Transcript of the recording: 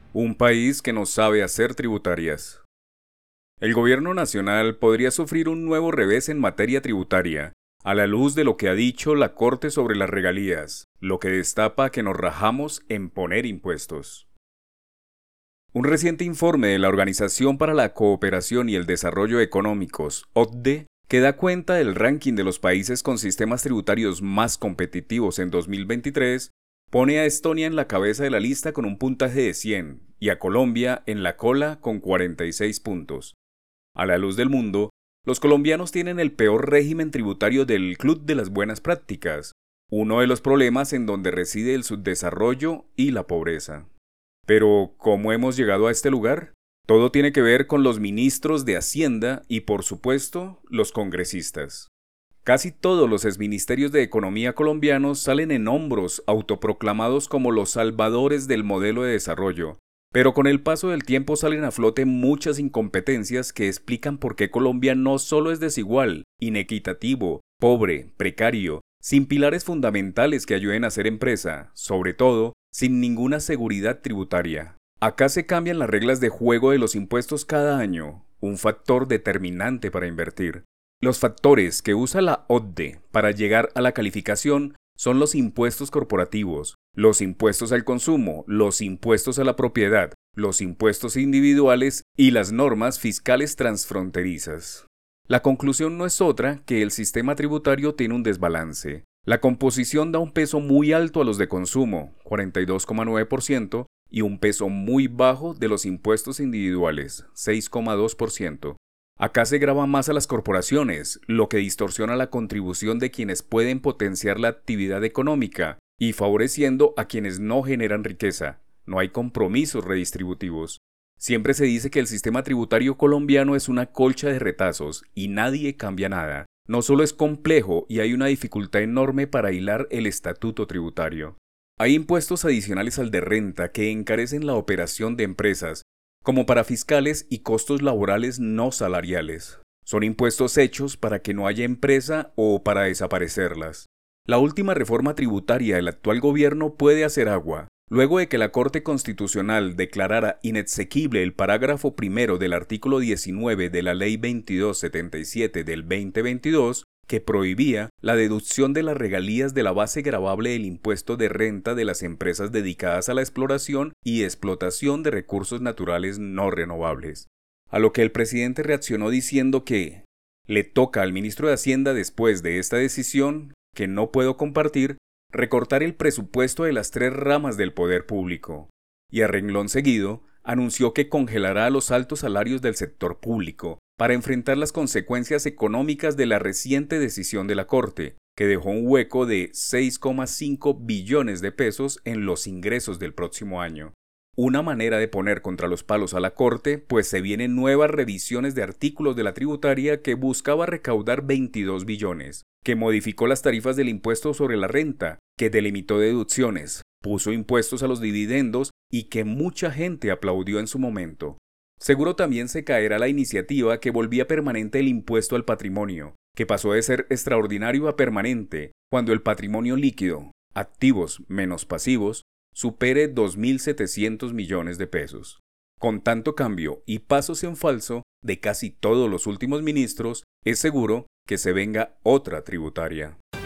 Un país que no sabe hacer tributarias. El gobierno nacional podría sufrir un nuevo revés en materia tributaria, a la luz de lo que ha dicho la Corte sobre las regalías, lo que destapa que nos rajamos en poner impuestos. Un reciente informe de la Organización para la Cooperación y el Desarrollo Económicos, OCDE, que da cuenta del ranking de los países con sistemas tributarios más competitivos en 2023, pone a Estonia en la cabeza de la lista con un puntaje de 100 y a Colombia en la cola con 46 puntos. A la luz del mundo, los colombianos tienen el peor régimen tributario del Club de las Buenas Prácticas, uno de los problemas en donde reside el subdesarrollo y la pobreza. Pero, ¿cómo hemos llegado a este lugar? Todo tiene que ver con los ministros de Hacienda y, por supuesto, los congresistas. Casi todos los exministerios de Economía colombianos salen en hombros autoproclamados como los salvadores del modelo de desarrollo, pero con el paso del tiempo salen a flote muchas incompetencias que explican por qué Colombia no solo es desigual, inequitativo, pobre, precario, sin pilares fundamentales que ayuden a ser empresa, sobre todo, sin ninguna seguridad tributaria. Acá se cambian las reglas de juego de los impuestos cada año, un factor determinante para invertir. Los factores que usa la OCDE para llegar a la calificación son los impuestos corporativos, los impuestos al consumo, los impuestos a la propiedad, los impuestos individuales y las normas fiscales transfronterizas. La conclusión no es otra que el sistema tributario tiene un desbalance. La composición da un peso muy alto a los de consumo, 42,9%, y un peso muy bajo de los impuestos individuales, 6,2%. Acá se grava más a las corporaciones, lo que distorsiona la contribución de quienes pueden potenciar la actividad económica y favoreciendo a quienes no generan riqueza. No hay compromisos redistributivos. Siempre se dice que el sistema tributario colombiano es una colcha de retazos y nadie cambia nada. No solo es complejo y hay una dificultad enorme para hilar el estatuto tributario. Hay impuestos adicionales al de renta que encarecen la operación de empresas, como para fiscales y costos laborales no salariales. Son impuestos hechos para que no haya empresa o para desaparecerlas. La última reforma tributaria del actual gobierno puede hacer agua. Luego de que la Corte Constitucional declarara inexequible el parágrafo primero del artículo 19 de la Ley 2277 del 2022, que prohibía la deducción de las regalías de la base gravable del impuesto de renta de las empresas dedicadas a la exploración y explotación de recursos naturales no renovables. A lo que el presidente reaccionó diciendo que le toca al ministro de Hacienda después de esta decisión, que no puedo compartir, recortar el presupuesto de las tres ramas del poder público. Y a renglón seguido, anunció que congelará los altos salarios del sector público para enfrentar las consecuencias económicas de la reciente decisión de la Corte, que dejó un hueco de 6,5 billones de pesos en los ingresos del próximo año. Una manera de poner contra los palos a la Corte, pues se vienen nuevas revisiones de artículos de la tributaria que buscaba recaudar 22 billones, que modificó las tarifas del impuesto sobre la renta, que delimitó deducciones, puso impuestos a los dividendos y que mucha gente aplaudió en su momento. Seguro también se caerá la iniciativa que volvía permanente el impuesto al patrimonio, que pasó de ser extraordinario a permanente cuando el patrimonio líquido, activos menos pasivos, supere 2.700 millones de pesos. Con tanto cambio y pasos en falso de casi todos los últimos ministros, es seguro que se venga otra tributaria.